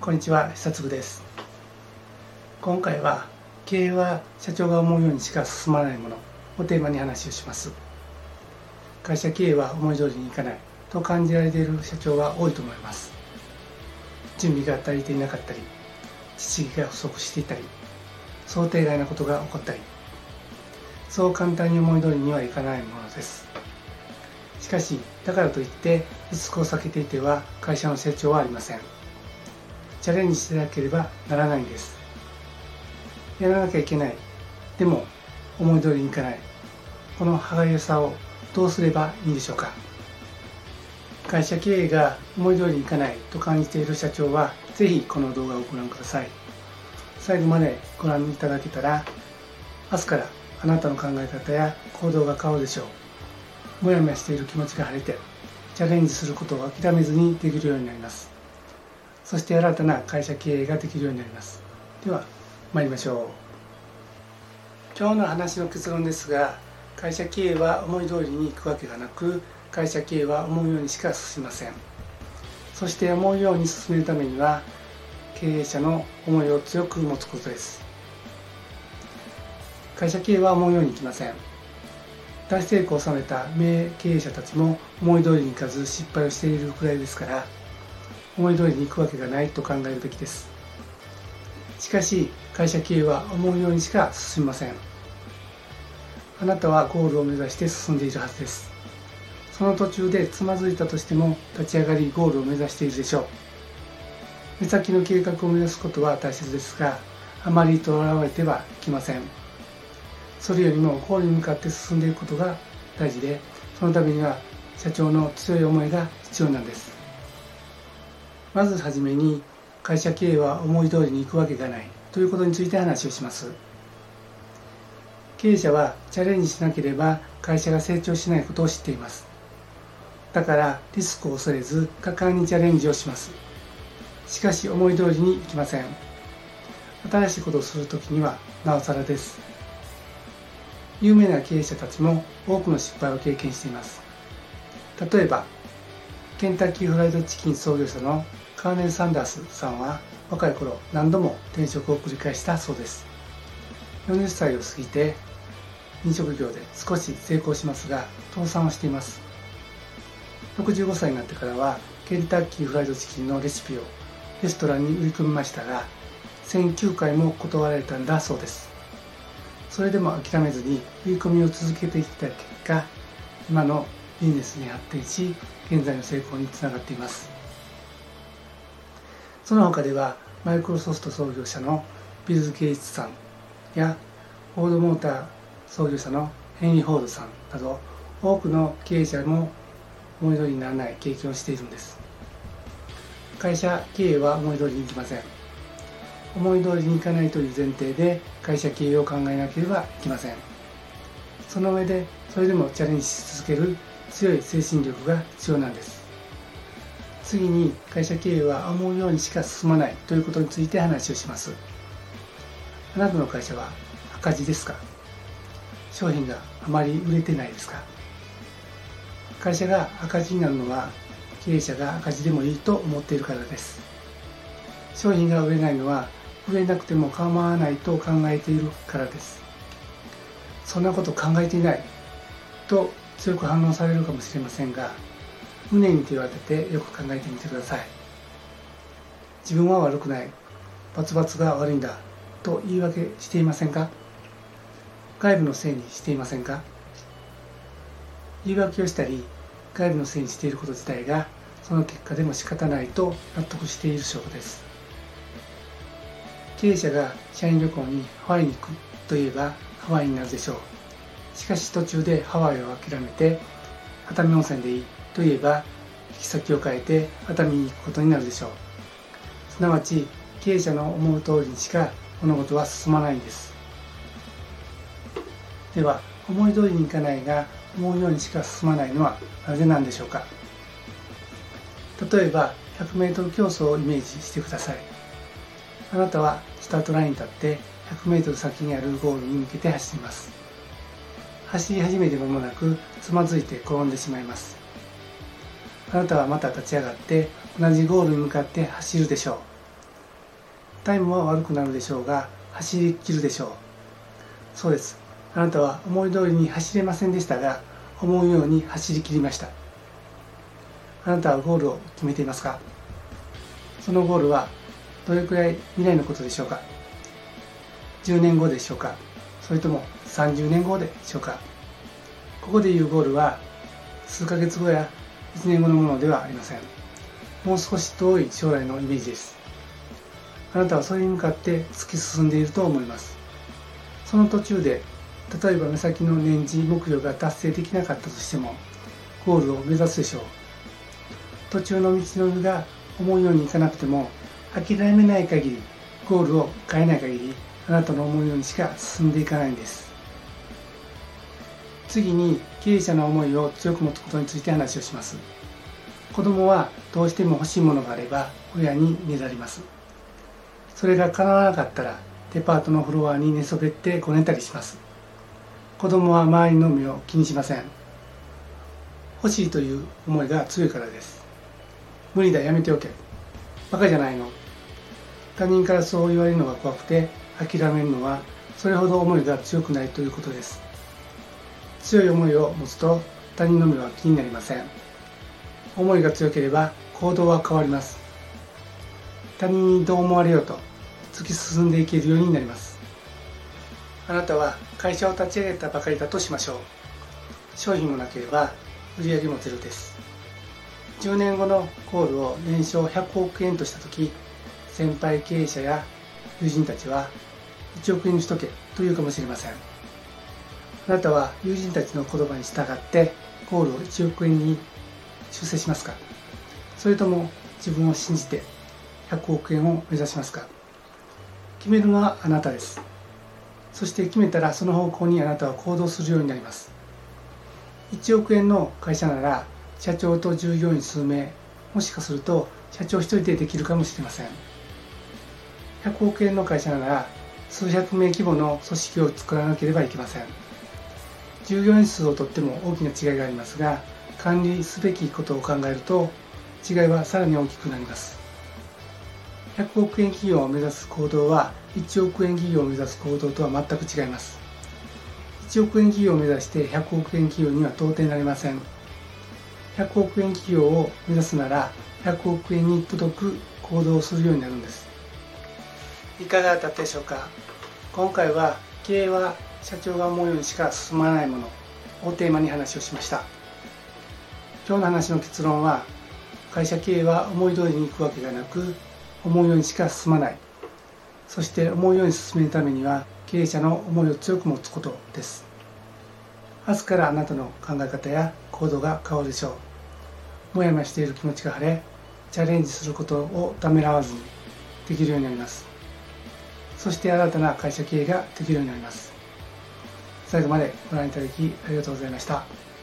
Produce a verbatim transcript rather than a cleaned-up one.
こんにちは、久嗣です。今回は経営は社長が思うようにしか進まないものをテーマに話をします。会社経営は思い通りにいかないと感じられている社長は多いと思います。準備が足りていなかったり、知識が不足していたり、想定外なことが起こったり、そう簡単に思い通りにはいかないものです。しかし、だからといってリスクを避けていては会社の成長はありません。チャレンジしなければならないんです。やらなきゃいけない。でも思い通りにいかない。この歯がゆさをどうすればいいでしょうか。会社経営が思い通りにいかないと感じている社長はぜひこの動画をご覧ください。最後までご覧いただけたら明日からあなたの考え方や行動が変わるでしょう。もやもやしている気持ちが晴れてチャレンジすることを諦めずにできるようになります。そして新たな会社経営ができるようになります。では参りましょう。今日の話の結論ですが、会社経営は思い通りにいくわけがなく、会社経営は思うようにしか進みません。そして思うように進めるためには経営者の思いを強く持つことです。会社経営は思うようにいきません。大成功を収めた名経営者たちも思い通りにいかず失敗をしているくらいですから、思い通りにいくわけがないと考えるべきです。しかし会社経営は思うようにしか進みません。あなたはゴールを目指して進んでいるはずです。その途中でつまずいたとしても立ち上がりゴールを目指しているでしょう。目先の計画を目指すことは大切ですが、あまりとらわれてはいけません。それよりもゴールに向かって進んでいくことが大事で、そのためには社長の強い思いが必要なんです。まずはじめに、会社経営は思い通りにいくわけがないということについて話をします。経営者はチャレンジしなければ会社が成長しないことを知っています。だからリスクを恐れず果敢にチャレンジをします。しかし思い通りにいきません。新しいことをするときにはなおさらです。有名な経営者たちも多くの失敗を経験しています。例えばケンタッキーフライドチキン創業者のカーネル・サンダースさんは若い頃何度も転職を繰り返したそうです。よねんさいを過ぎて飲食業で少し成功しますが倒産をしています。ろくじゅうごさいになってからはケンタッキーフライドチキンのレシピをレストランに売り込みましたがせんきゅうかいも断られたんだそうです。それでも諦めずに売り込みを続けてきた結果、今のビジネスに発展し現在の成功につながっています。その他ではマイクロソフト創業者のビル・ゲイツさんやフォードモーター創業者のヘンリー・フォードさんなど多くの経営者も思い通りにならない経験をしているんです。会社経営は思い通りにいきません。思い通りにいかないという前提で会社経営を考えなければいけません。その上でそれでもチャレンジし続ける強い精神力が必要なんです。次に会社経営は思うようにしか進まないということについて話をします。あなたの会社は赤字ですか？商品があまり売れてないですか？会社が赤字になるのは経営者が赤字でもいいと思っているからです。商品が売れないのは売れなくても構わないと考えているからです。そんなこと考えていないと強く反応されるかもしれませんが、胸に手を当ててよく考えてみてください。自分は悪くない、バツバツが悪いんだと言い訳していませんか？外部のせいにしていませんか？言い訳をしたり外部のせいにしていること自体がその結果でも仕方ないと納得している証拠です。経営者が社員旅行にハワイに行くといえばハワイになるでしょう。しかし途中でハワイを諦めて熱海温泉でいいといえば行き先を変えて熱海に行くことになるでしょう。すなわち経営者の思う通りにしか物事は進まないんです。では思い通りにいかないが思うようにしか進まないのはなぜなんでしょうか。例えば ひゃくメートル 競争をイメージしてください。あなたはスタートラインに立ってひゃくメートル先にあるゴールに向けて走ります。走り始めて間もなくつまずいて転んでしまいます。あなたはまた立ち上がって同じゴールに向かって走るでしょう。 タイムは悪くなるでしょうが、走り切るでしょう。そうです。あなたは思い通りに走れませんでしたが、思うように走り切りました。あなたはゴールを決めていますか？そのゴールはどれくらい未来のことでしょうか？じゅうねんごでしょうか？それともさんじゅうねんごでしょうか？ここでいうゴールは数ヶ月後やいちねんごのものではありません。もう少し遠い将来のイメージです。あなたはそれに向かって突き進んでいると思います。その途中で、例えば目先の年次目標が達成できなかったとしても、ゴールを目指すでしょう。途中の道のりが思うようにいかなくても、諦めない限り、ゴールを変えない限り、あなたの思うようにしか進んでいかないんです。次に、経営者の思いを強く持つことについて話をします。子供はどうしても欲しいものがあれば親にねだります。それが叶わなかったらデパートのフロアに寝そべってごねたりします。子供は周りの目を気にしません。欲しいという思いが強いからです。無理だ、やめておけ。バカじゃないの。他人からそう言われるのが怖くて諦めるのは、それほど思いが強くないということです。強い思いを持つと他人の目は気になりません。思いが強ければ行動は変わります。他人にどう思われようと突き進んでいけるようになります。あなたは会社を立ち上げたばかりだとしましょう。商品もなければ売り上げもゼロです。じゅうねんごのゴールを年商ひゃくおくえんとしたとき、先輩経営者や友人たちはいちおくえんにしとけと言うかもしれません。あなたは友人たちの言葉に従ってゴールをいちおくえんに修正しますか？それとも自分を信じてひゃくおくえんを目指しますか？決めるのはあなたです。そして決めたらその方向にあなたは行動するようになります。いちおくえんの会社なら社長と従業員数名、もしかすると社長一人でできるかもしれません。ひゃくおくえんの会社なら数百名規模の組織を作らなければいけません。従業員数をとっても大きな違いがありますが、管理すべきことを考えると違いはさらに大きくなります。ひゃくおくえん企業を目指す行動はいちおくえん企業を目指す行動とは全く違います。いちおくえん企業を目指してひゃくおくえん企業には到底なれません。ひゃくおくえん企業を目指すならひゃくおくえんに届く行動をするようになるんです。いかがだったでしょうか。今回は経営は社長が思うようにしか進まないものをテーマに話をしました。今日の話の結論は、会社経営は思い通りにいくわけがなく、思うようにしか進まない。そして思うように進めるためには経営者の思いを強く持つことです。明日からあなたの考え方や行動が変わるでしょう。もやもやしている気持ちが晴れ、チャレンジすることをためらわずにできるようになります。そして新たな会社経営ができるようになります。最後までご覧いただきありがとうございました。